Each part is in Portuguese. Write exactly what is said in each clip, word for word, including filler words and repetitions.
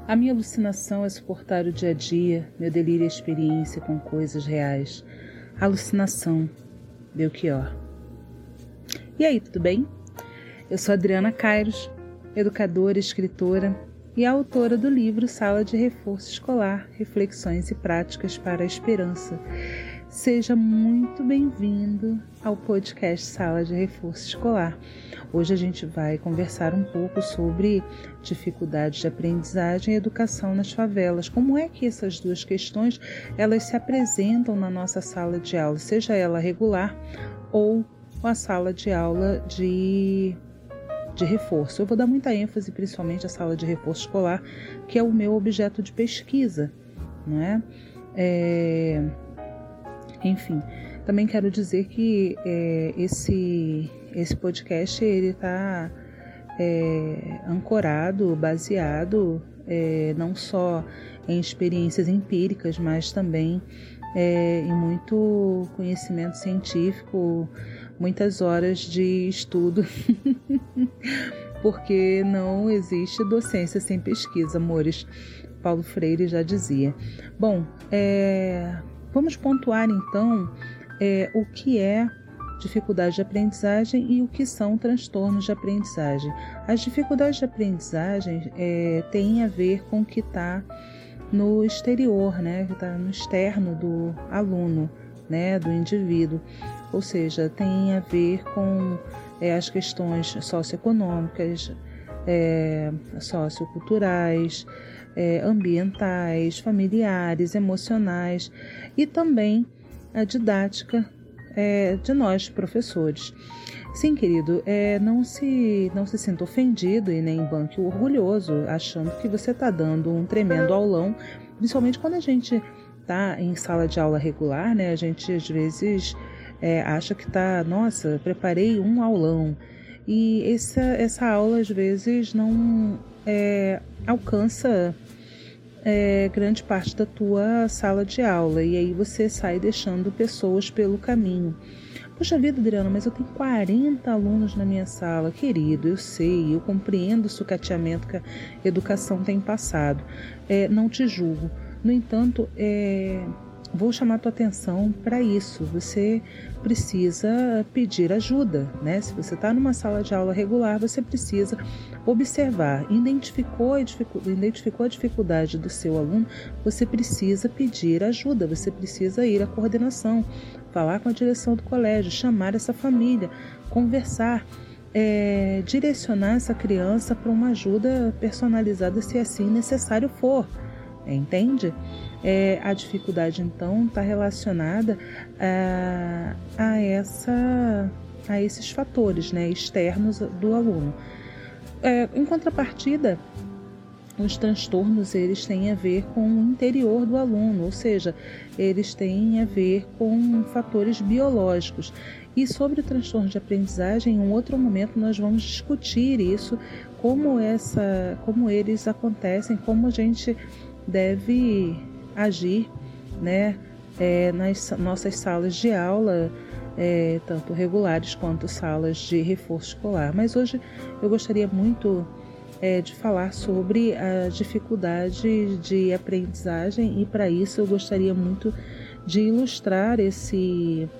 A minha alucinação é suportar o dia a dia, meu delírio e experiência com coisas reais. Alucinação, Belchior. E aí, tudo bem? Eu sou Adriana Cairos, educadora, escritora e autora do livro Sala de Reforço Escolar, Reflexões e Práticas para a Esperança. Seja muito bem-vindo ao podcast Sala de Reforço Escolar. Hoje a gente vai conversar um pouco sobre dificuldades de aprendizagem e educação nas favelas. Como é que essas duas questões elas se apresentam na nossa sala de aula, seja ela regular ou a sala de aula de, de reforço. Eu vou dar muita ênfase principalmente à sala de reforço escolar, que é o meu objeto de pesquisa, não é? É... Enfim, também quero dizer que é, esse, esse podcast ele está é, ancorado, baseado é, não só em experiências empíricas, mas também é, em muito conhecimento científico, muitas horas de estudo, porque não existe docência sem pesquisa, amores. Paulo Freire já dizia. Bom, é... Vamos pontuar, então, é, o que é dificuldade de aprendizagem e o que são transtornos de aprendizagem. As dificuldades de aprendizagem é, têm a ver com o que está no exterior, né, que está no externo do aluno, né, do indivíduo. Ou seja, tem a ver com é, as questões socioeconômicas, é, socioculturais, É, ambientais, familiares, emocionais e também a didática é, de nós, professores. Sim, querido, é, não, se, não se sinta ofendido e nem banque orgulhoso, achando que você está dando um tremendo aulão, principalmente quando a gente está em sala de aula regular, né? A gente às vezes é, acha que está, nossa, preparei um aulão. E essa, essa aula, às vezes, não é, alcança é, grande parte da tua sala de aula. E aí você sai deixando pessoas pelo caminho. Poxa vida, Adriana, mas eu tenho quarenta alunos na minha sala. Querido, eu sei, eu compreendo o sucateamento que a educação tem passado. É, não te julgo. No entanto, é... vou chamar a tua atenção para isso. Você precisa pedir ajuda, né? Se você está numa sala de aula regular, você precisa observar. Identificou a, dificu... Identificou a dificuldade do seu aluno, você precisa pedir ajuda, você precisa ir à coordenação, falar com a direção do colégio, chamar essa família, conversar, é... direcionar essa criança para uma ajuda personalizada, se assim necessário for. Entende? É, a dificuldade, então, está relacionada a, a, essa, a esses fatores, né, externos do aluno. É, em contrapartida, os transtornos eles têm a ver com o interior do aluno, ou seja, eles têm a ver com fatores biológicos. E sobre o transtorno de aprendizagem, em um outro momento nós vamos discutir isso, como, essa, como eles acontecem, como a gente deve agir, né, é, nas nossas salas de aula, é, tanto regulares quanto salas de reforço escolar. Mas hoje eu gostaria muito é, de falar sobre a dificuldade de aprendizagem e para isso eu gostaria muito de ilustrar esse,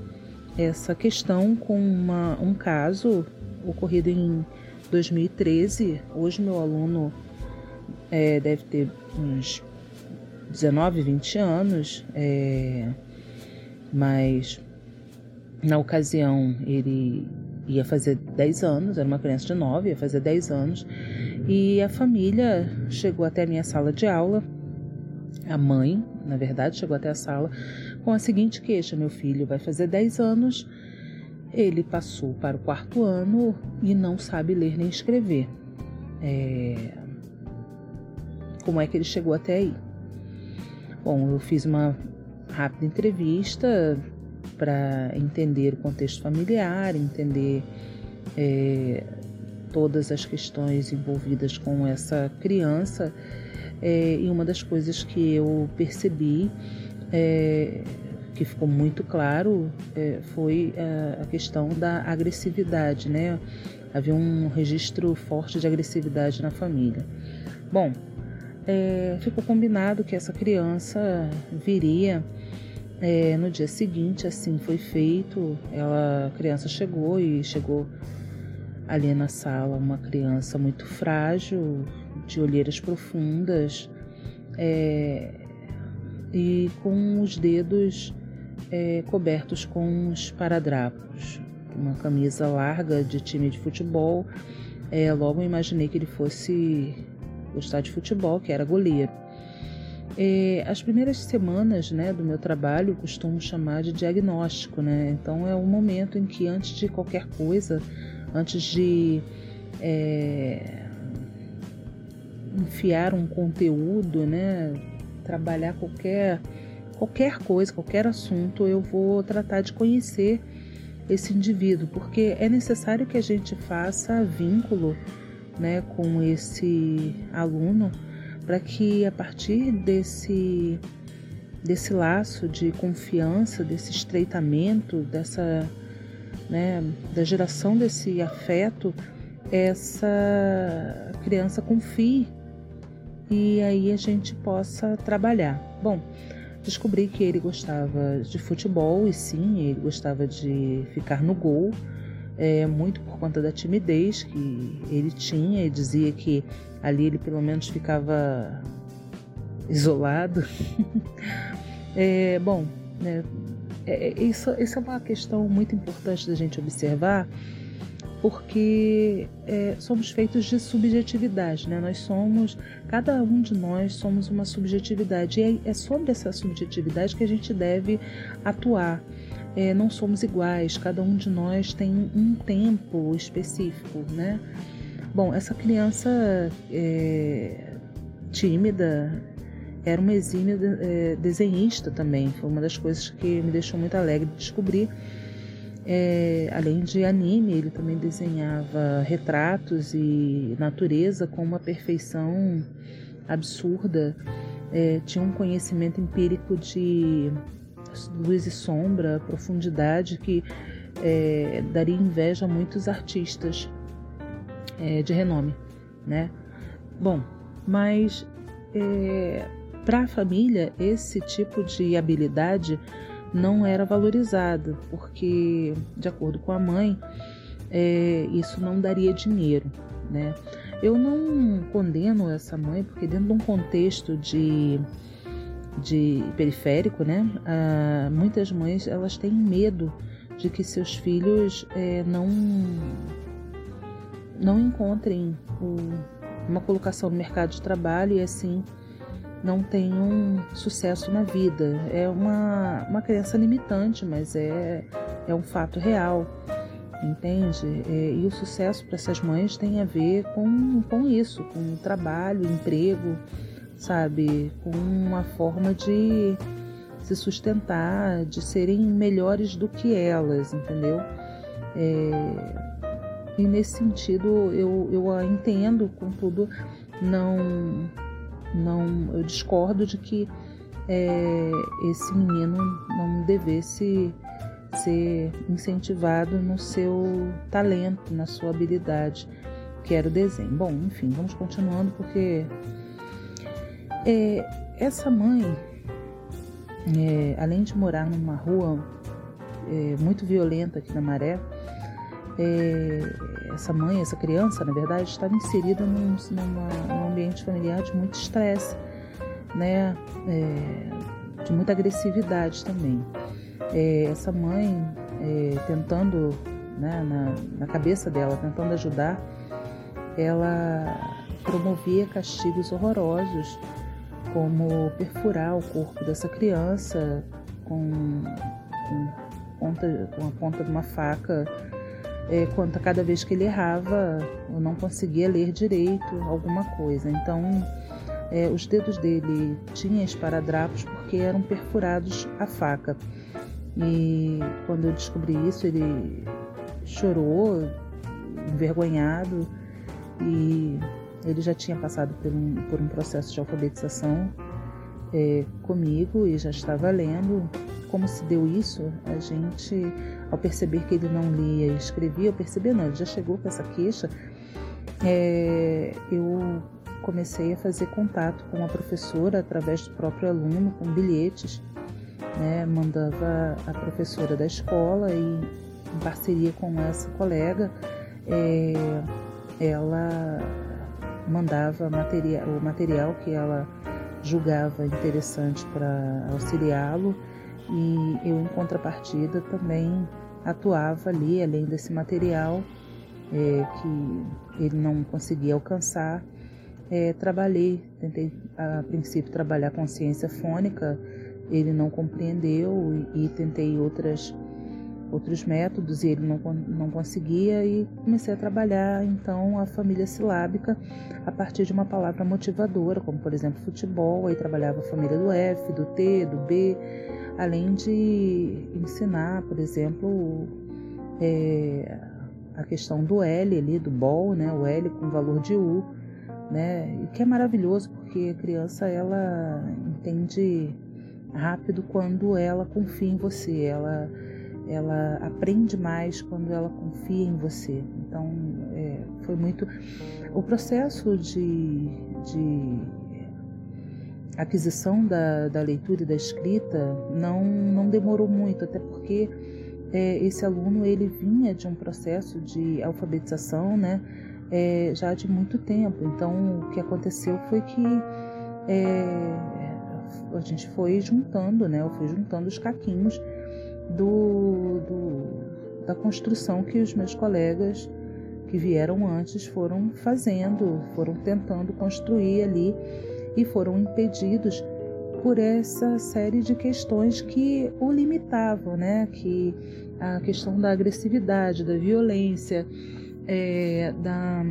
essa questão com uma, um caso ocorrido em dois mil e treze. Hoje meu aluno é, deve ter uns dezenove, vinte anos, é, mas na ocasião ele ia fazer dez anos, era uma criança de nove, ia fazer dez anos, e a família chegou até a minha sala de aula, a mãe, na verdade, chegou até a sala com a seguinte queixa: meu filho vai fazer dez anos, ele passou para o quarto ano e não sabe ler nem escrever. É... Como é que ele chegou até aí? Bom, eu fiz uma rápida entrevista para entender o contexto familiar, entender é, todas as questões envolvidas com essa criança. É, e uma das coisas que eu percebi, é, que ficou muito claro, é, foi a, a questão da agressividade, né? Havia um registro forte de agressividade na família. Bom, é, ficou combinado que essa criança viria é, no dia seguinte, assim foi feito. Ela, a criança chegou e chegou ali na sala uma criança muito frágil, de olheiras profundas, é, e com os dedos é, cobertos com esparadrapos, uma camisa larga de time de futebol. É, logo eu imaginei que ele fosse gostar de futebol, que era goleiro. É, as primeiras semanas, né, do meu trabalho eu costumo chamar de diagnóstico, né? Então é o momento em que, antes de qualquer coisa, antes de é, enfiar um conteúdo, né, trabalhar qualquer, qualquer coisa, qualquer assunto, eu vou tratar de conhecer esse indivíduo, porque é necessário que a gente faça vínculo, né, com esse aluno, para que a partir desse, desse laço de confiança, desse estreitamento, dessa, né, da geração desse afeto, essa criança confie e aí a gente possa trabalhar. Bom, descobri que ele gostava de futebol e sim, ele gostava de ficar no gol, é, muito por conta da timidez que ele tinha, e dizia que ali ele pelo menos ficava isolado. é, bom, né, é, isso, isso é uma questão muito importante da gente observar, porque é, somos feitos de subjetividade, né? Nós somos, cada um de nós somos uma subjetividade, e é, é sobre essa subjetividade que a gente deve atuar. É, não somos iguais, cada um de nós tem um tempo específico, né? Bom, essa criança é, tímida era uma exímia é, desenhista também, foi uma das coisas que me deixou muito alegre de descobrir. É, além de anime, ele também desenhava retratos e natureza com uma perfeição absurda. É, tinha um conhecimento empírico de luz e sombra, profundidade, que é, daria inveja a muitos artistas é, de renome, né? Bom, mas é, para a família esse tipo de habilidade não era valorizado, porque, de acordo com a mãe, é, isso não daria dinheiro, né? Eu não condeno essa mãe, porque dentro de um contexto de, de periférico, né, ah, muitas mães elas têm medo de que seus filhos é, não, não encontrem o, uma colocação no mercado de trabalho e assim não tenham sucesso na vida. É uma, uma crença limitante, mas é, é um fato real, entende? É, e o sucesso para essas mães tem a ver com, com isso, com trabalho, emprego, sabe? Com uma forma de se sustentar, de serem melhores do que elas, entendeu? É, e nesse sentido eu, eu a entendo, contudo não... Não, eu discordo de que é, esse menino não devesse ser incentivado no seu talento, na sua habilidade, que era o desenho. Bom, enfim, vamos continuando, porque é, essa mãe, é, além de morar numa rua é, muito violenta aqui na Maré, É, essa mãe, essa criança, na verdade, estava inserida num, numa, num ambiente familiar de muito estresse, né? É, de muita agressividade também. É, essa mãe, é, tentando, né, na, na cabeça dela, tentando ajudar, ela promovia castigos horrorosos, como perfurar o corpo dessa criança com, com, ponta, com a ponta de uma faca. É, quanto a cada vez que ele errava, eu não conseguia ler direito alguma coisa. Então, é, os dedos dele tinham esparadrapos porque eram perfurados a faca. E quando eu descobri isso, ele chorou, envergonhado, e ele já tinha passado por um, por um processo de alfabetização é, comigo e já estava lendo. Como se deu isso? A gente, ao perceber que ele não lia e escrevia, eu percebi, não, ele já chegou com essa queixa, é, eu comecei a fazer contato com a professora através do próprio aluno, com bilhetes, né? Mandava a professora da escola e, em parceria com essa colega, é, ela mandava material, o material que ela julgava interessante para auxiliá-lo, e eu, em contrapartida, também atuava ali, além desse material é, que ele não conseguia alcançar. É, trabalhei, tentei a princípio trabalhar a consciência fônica, ele não compreendeu, e, e tentei outras, outros métodos e ele não, não conseguia, e comecei a trabalhar então a família silábica a partir de uma palavra motivadora, como por exemplo futebol. Aí trabalhava a família do F, do T, do B, além de ensinar, por exemplo, é, a questão do L ali, do bol, né, o L com valor de U, né, que é maravilhoso porque a criança ela entende rápido quando ela confia em você, ela, ela aprende mais quando ela confia em você. Então é, foi muito o processo de, de aquisição da, da leitura e da escrita não, não demorou muito, até porque é, esse aluno ele vinha de um processo de alfabetização, né, é, já de muito tempo. Então o que aconteceu foi que é, a gente foi juntando, né, eu fui juntando os caquinhos do, do, da construção que os meus colegas que vieram antes foram fazendo, foram tentando construir ali, e foram impedidos por essa série de questões que o limitavam, né? Que a questão da agressividade, da violência, é, da,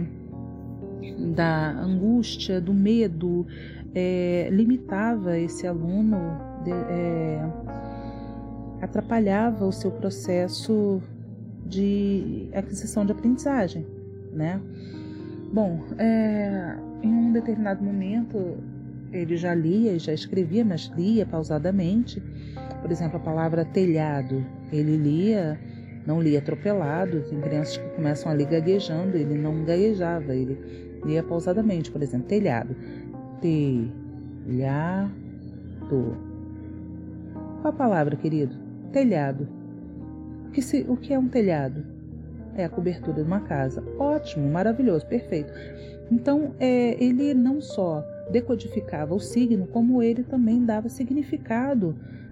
da angústia, do medo, é, limitava esse aluno, de, é, atrapalhava o seu processo de aquisição de aprendizagem, né? Bom, é, em um determinado momento ele já lia e já escrevia, mas lia pausadamente. Por exemplo, a palavra telhado, ele lia, não lia atropelado. Tem crianças que começam a ler gaguejando, ele não gaguejava, ele lia pausadamente. Por exemplo, telhado, telhado. Qual a palavra, querido? Telhado. O que, se, o que é um telhado? É a cobertura de uma casa. Ótimo, maravilhoso, perfeito. Então, é, ele não só decodificava o signo, como ele também dava significado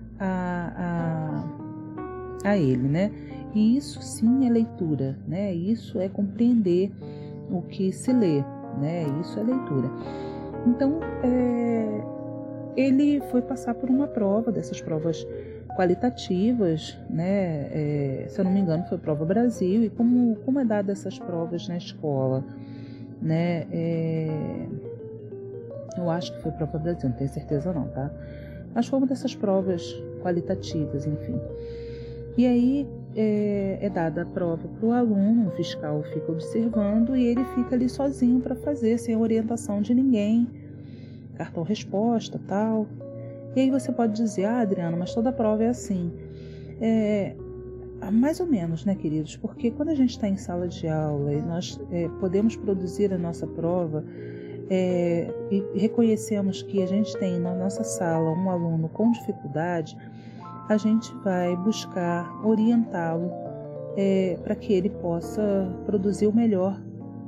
a, a, a ele, né? E isso sim é leitura, né? Isso é compreender o que se lê, né? Isso é leitura. Então, é, ele foi passar por uma prova, dessas provas qualitativas, né? É, se eu não me engano, foi Prova Brasil. E como, como é dada essas provas na escola, né? É, eu acho que foi Prova Brasil, não tenho certeza não, tá? Mas foi uma dessas provas qualitativas, enfim. E aí é, é dada a prova para o aluno, o fiscal fica observando e ele fica ali sozinho para fazer, sem a orientação de ninguém, cartão resposta, tal. E aí você pode dizer, ah, Adriana, mas toda prova é assim. É, mais ou menos, né, queridos? Porque quando a gente está em sala de aula e nós é, podemos produzir a nossa prova, é, e reconhecemos que a gente tem na nossa sala um aluno com dificuldade, a gente vai buscar orientá-lo é, para que ele possa produzir o melhor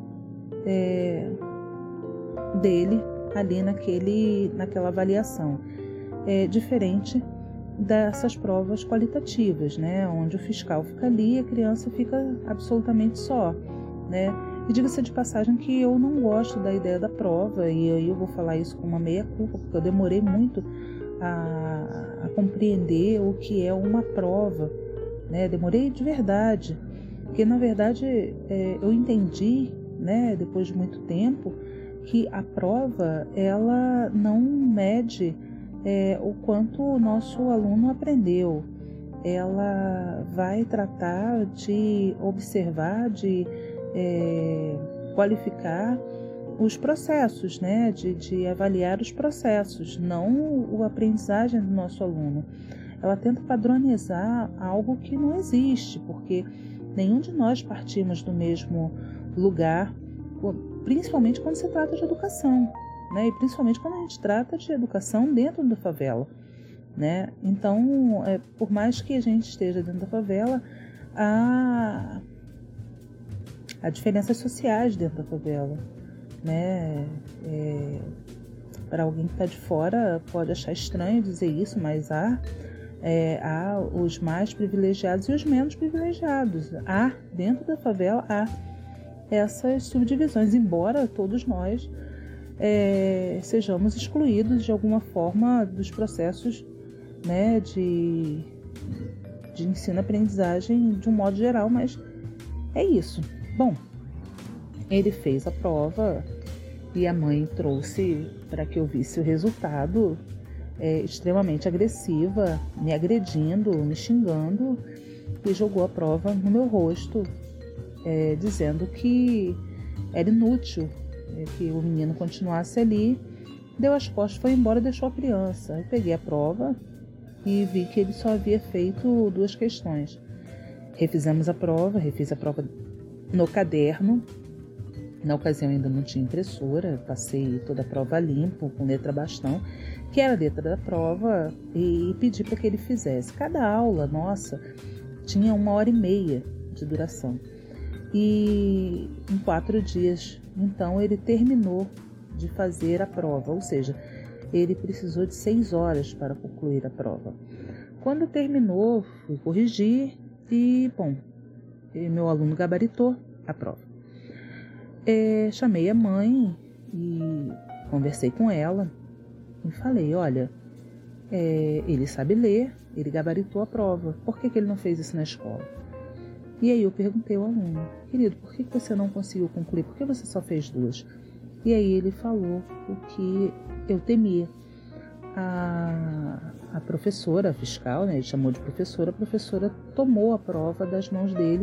é, dele ali naquele, naquela avaliação. É diferente dessas provas qualitativas, né, onde o fiscal fica ali e a criança fica absolutamente só, né? E diga-se de passagem que eu não gosto da ideia da prova, e aí eu vou falar isso com uma meia-culpa, porque eu demorei muito a, a compreender o que é uma prova, né? Demorei de verdade, porque na verdade é, eu entendi, né, depois de muito tempo, que a prova ela não mede é, o quanto o nosso aluno aprendeu. Ela vai tratar de observar, de é, qualificar os processos, né? de, de avaliar os processos, não a aprendizagem do nosso aluno. Ela tenta padronizar algo que não existe, porque nenhum de nós partimos do mesmo lugar. principalmente quando se trata de educação, né? E principalmente quando a gente trata de educação dentro da favela, né? Então, é, por mais que a gente esteja dentro da favela, há, há diferenças sociais dentro da favela, né? É, para alguém que está de fora pode achar estranho dizer isso, mas há, é, há os mais privilegiados e os menos privilegiados. Há, dentro da favela, há essas subdivisões, embora todos nós é, sejamos excluídos de alguma forma dos processos, né, de, de ensino-aprendizagem de um modo geral, mas é isso. Bom, ele fez a prova e a mãe trouxe para que eu visse o resultado, é, extremamente agressiva, me agredindo, me xingando, e jogou a prova no meu rosto, é, dizendo que era inútil, é, que o menino continuasse ali. Deu as costas, foi embora e deixou a criança. Eu peguei a prova e vi que ele só havia feito duas questões. Refizemos a prova, refiz a prova no caderno. Na ocasião ainda não tinha impressora, passei toda a prova limpo, com letra bastão, que era a letra da prova, e pedi para que ele fizesse. Cada aula, nossa, tinha uma hora e meia de duração. E em quatro dias, então, ele terminou de fazer a prova, ou seja, ele precisou de seis horas para concluir a prova. Quando terminou, fui corrigir e, bom, meu aluno gabaritou a prova. É, chamei a mãe e conversei com ela e falei, olha, é, ele sabe ler, ele gabaritou a prova, por que, que ele não fez isso na escola? E aí eu perguntei ao aluno, querido, por que, que você não conseguiu concluir? Por que você só fez duas? E aí ele falou o que eu temia. A, a professora, a fiscal, né, ele chamou de professora, a professora tomou a prova das mãos dele,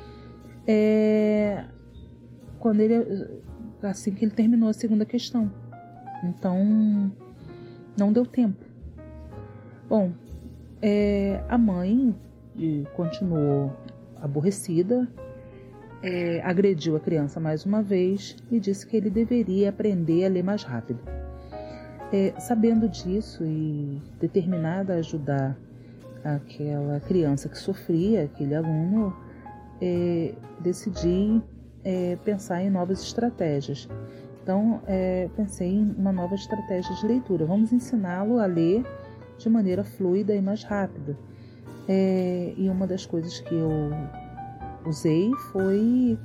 é, quando ele, assim que ele terminou a segunda questão. Então, não deu tempo. Bom, é, a mãe continuou aborrecida, é, agrediu a criança mais uma vez e disse que ele deveria aprender a ler mais rápido. É, sabendo disso e determinada a ajudar aquela criança que sofria, aquele aluno, é, decidi é, pensar em novas estratégias. Então, é, pensei em uma nova estratégia de leitura. Vamos ensiná-lo a ler de maneira fluida e mais rápida. É, e uma das coisas que eu usei foi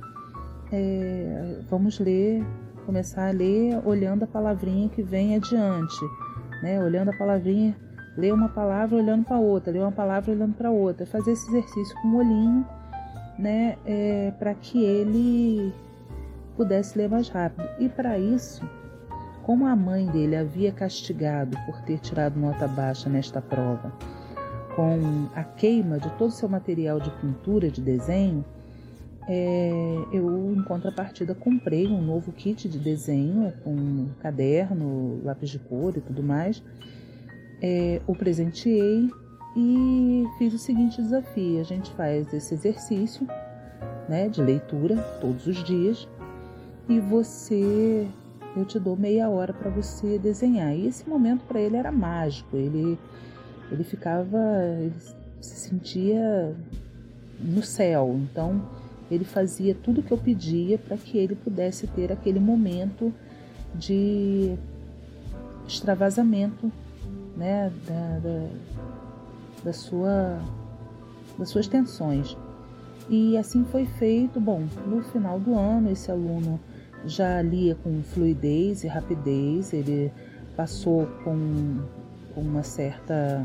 é, vamos ler, começar a ler olhando a palavrinha que vem adiante, né? Olhando a palavrinha, ler uma palavra olhando para outra, ler uma palavra olhando para outra, fazer esse exercício com o olhinho, né? É, para que ele pudesse ler mais rápido. E para isso, como a mãe dele havia castigado por ter tirado nota baixa nesta prova, com a queima de todo o seu material de pintura, de desenho, é, eu, em contrapartida, comprei um novo kit de desenho com caderno, lápis de cor e tudo mais. É, o presenteei e fiz o seguinte desafio: a gente faz esse exercício, né, de leitura todos os dias e você, eu te dou meia hora para você desenhar. E esse momento para ele era mágico. Ele Ele ficava, ele se sentia no céu. Então, ele fazia tudo o que eu pedia para que ele pudesse ter aquele momento de extravasamento, né, da, da, da sua, das suas tensões. E assim foi feito. Bom, no final do ano, esse aluno já lia com fluidez e rapidez. Ele passou com, com uma certa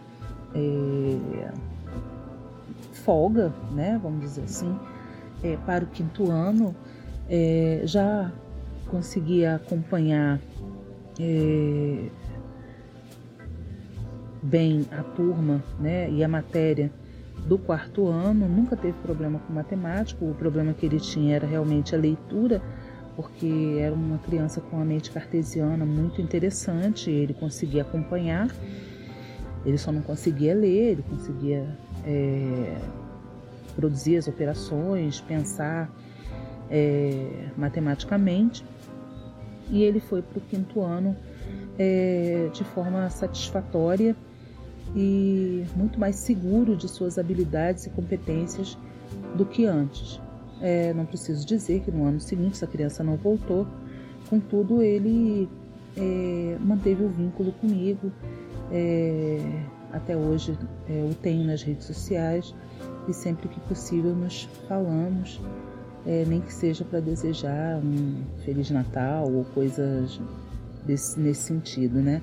É, folga, né, vamos dizer assim, é, para o quinto ano. É, já conseguia acompanhar é, bem a turma, né, e a matéria do quarto ano. Nunca teve problema com matemática. O problema que ele tinha era realmente a leitura, porque era uma criança com a mente cartesiana muito interessante. Ele conseguia acompanhar. Ele só não conseguia ler, ele conseguia é, produzir as operações, pensar é, matematicamente, e ele foi para o quinto ano é, de forma satisfatória e muito mais seguro de suas habilidades e competências do que antes. É, não preciso dizer que no ano seguinte essa criança não voltou, contudo ele é, manteve o vínculo comigo, é, até hoje é, o tenho nas redes sociais e sempre que possível nos falamos, é, nem que seja para desejar um Feliz Natal ou coisas desse, nesse sentido, né?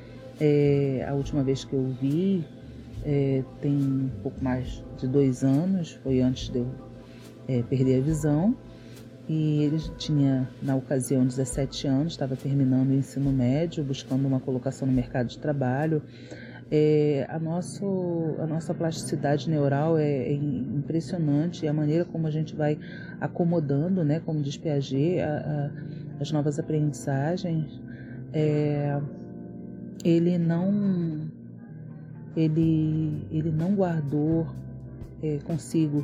É, a última vez que eu o vi é, tem um pouco mais de dois anos, foi antes de eu é, perder a visão, e ele tinha, na ocasião, dezessete anos, estava terminando o ensino médio, buscando uma colocação no mercado de trabalho. É, a, nosso, a nossa plasticidade neural é, é impressionante, e a maneira como a gente vai acomodando, né, como diz Piaget, a, a, as novas aprendizagens. É, ele não ele, ele não guardou é, consigo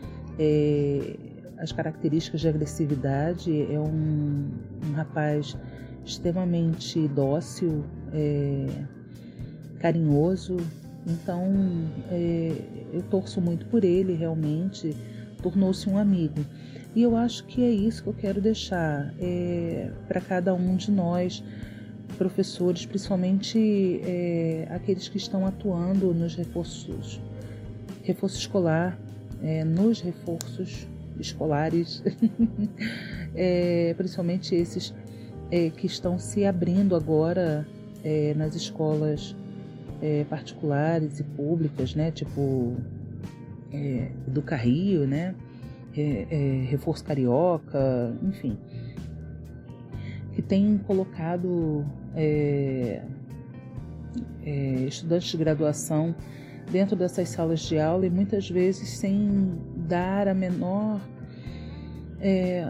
é, as características de agressividade. É um, um rapaz extremamente dócil, é, carinhoso, então é, eu torço muito por ele, realmente tornou-se um amigo. E eu acho que é isso que eu quero deixar é, para cada um de nós, professores, principalmente é, aqueles que estão atuando nos reforços, reforço escolar, é, nos reforços escolares, é, principalmente esses é, que estão se abrindo agora é, nas escolas é, particulares e públicas, né, tipo é, Educa Rio, né, é, é, Reforço Carioca, enfim, que tem colocado é, é, estudantes de graduação dentro dessas salas de aula e muitas vezes sem dar a menor é,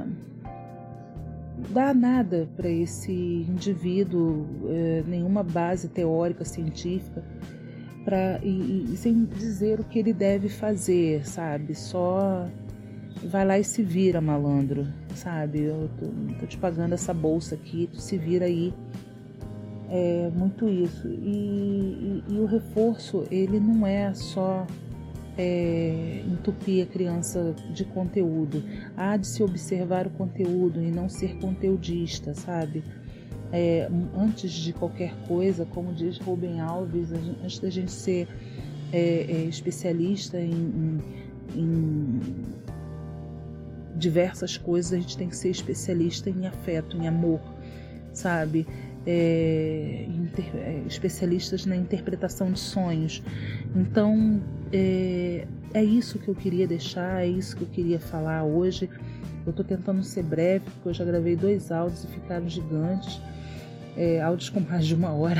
dar nada para esse indivíduo, é, nenhuma base teórica, científica, pra, e, e sem dizer o que ele deve fazer, sabe? Só vai lá e se vira, malandro, sabe? Eu tô, tô te pagando essa bolsa aqui, tu se vira aí. É muito isso. E, e, e o reforço, ele não é só é, entupir a criança de conteúdo. Há de se observar o conteúdo e não ser conteudista, sabe? É, antes de qualquer coisa, como diz Rubem Alves, antes da gente ser é, é, especialista em, em, em diversas coisas, a gente tem que ser especialista em afeto, em amor, sabe? É, inter, é, especialistas na interpretação de sonhos. Então é, é isso que eu queria deixar, é isso que eu queria falar hoje. Eu estou tentando ser breve, porque eu já gravei dois áudios e ficaram gigantes, é, áudios com mais de uma hora.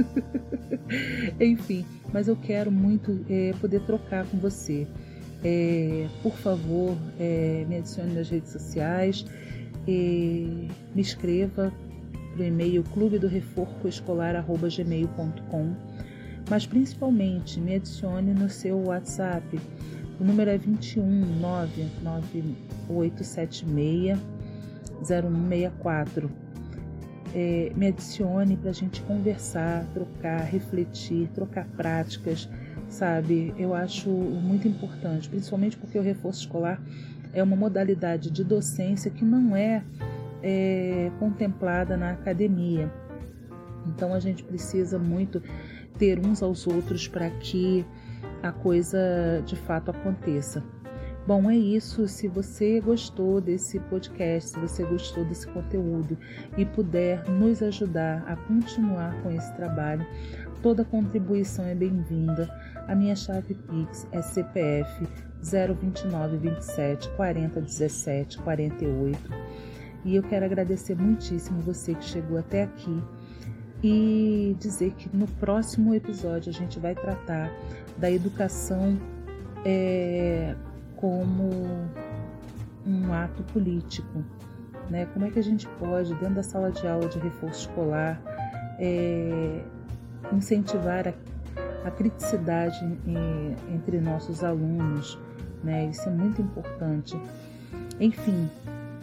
Enfim, mas eu quero muito é, poder trocar com você. É, por favor, é, me adicione nas redes sociais, é, me escreva para o e-mail clube do reforço escolar arroba gmail ponto com, mas principalmente me adicione no seu WhatsApp. O número é vinte e um, nove nove oito sete seis, zero um seis quatro. É, me adicione para a gente conversar, trocar, refletir, trocar práticas, sabe? Eu acho muito importante, principalmente porque o reforço escolar é uma modalidade de docência que não é É, contemplada na academia. Então a gente precisa muito ter uns aos outros para que a coisa de fato aconteça. Bom, é isso. Se você gostou desse podcast, se você gostou desse conteúdo e puder nos ajudar a continuar com esse trabalho, toda contribuição é bem-vinda. A minha chave Pix é C P F zero vinte e nove, vinte e sete, quarenta, dezessete, quarenta e oito. E eu quero agradecer muitíssimo você que chegou até aqui e dizer que no próximo episódio a gente vai tratar da educação é, como um ato político, né? Como é que a gente pode, dentro da sala de aula de reforço escolar, é, incentivar a, a criticidade em, entre nossos alunos, né? Isso é muito importante. Enfim,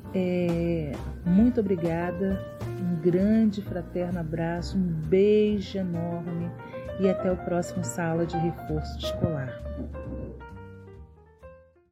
É, muito obrigada, um grande fraterno abraço, um beijo enorme e até o próximo Sala de Reforço Escolar.